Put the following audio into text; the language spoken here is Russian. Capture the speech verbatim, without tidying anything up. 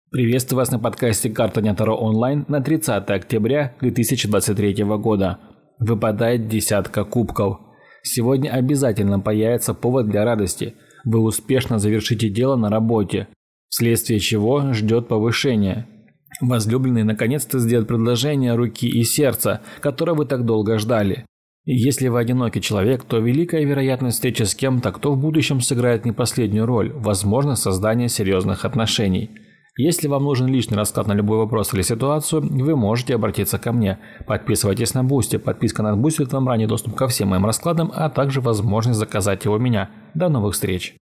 Приветствую вас на подкасте «Карта Дня Таро онлайн» на тридцатое октября две тысячи двадцать третьего года. Выпадает десятка кубков. Сегодня обязательно появится повод для радости. Вы успешно завершите дело на работе, вследствие чего ждет повышение. Возлюбленный наконец-то сделает предложение руки и сердца, которое вы так долго ждали. И если вы одинокий человек, то великая вероятность встречи с кем-то, кто в будущем сыграет не последнюю роль, возможно создание серьезных отношений. Если вам нужен личный расклад на любой вопрос или ситуацию, вы можете обратиться ко мне. Подписывайтесь на Boosty. Подписка на Boosty дает вам ранний доступ ко всем моим раскладам, а также возможность заказать его у меня. До новых встреч!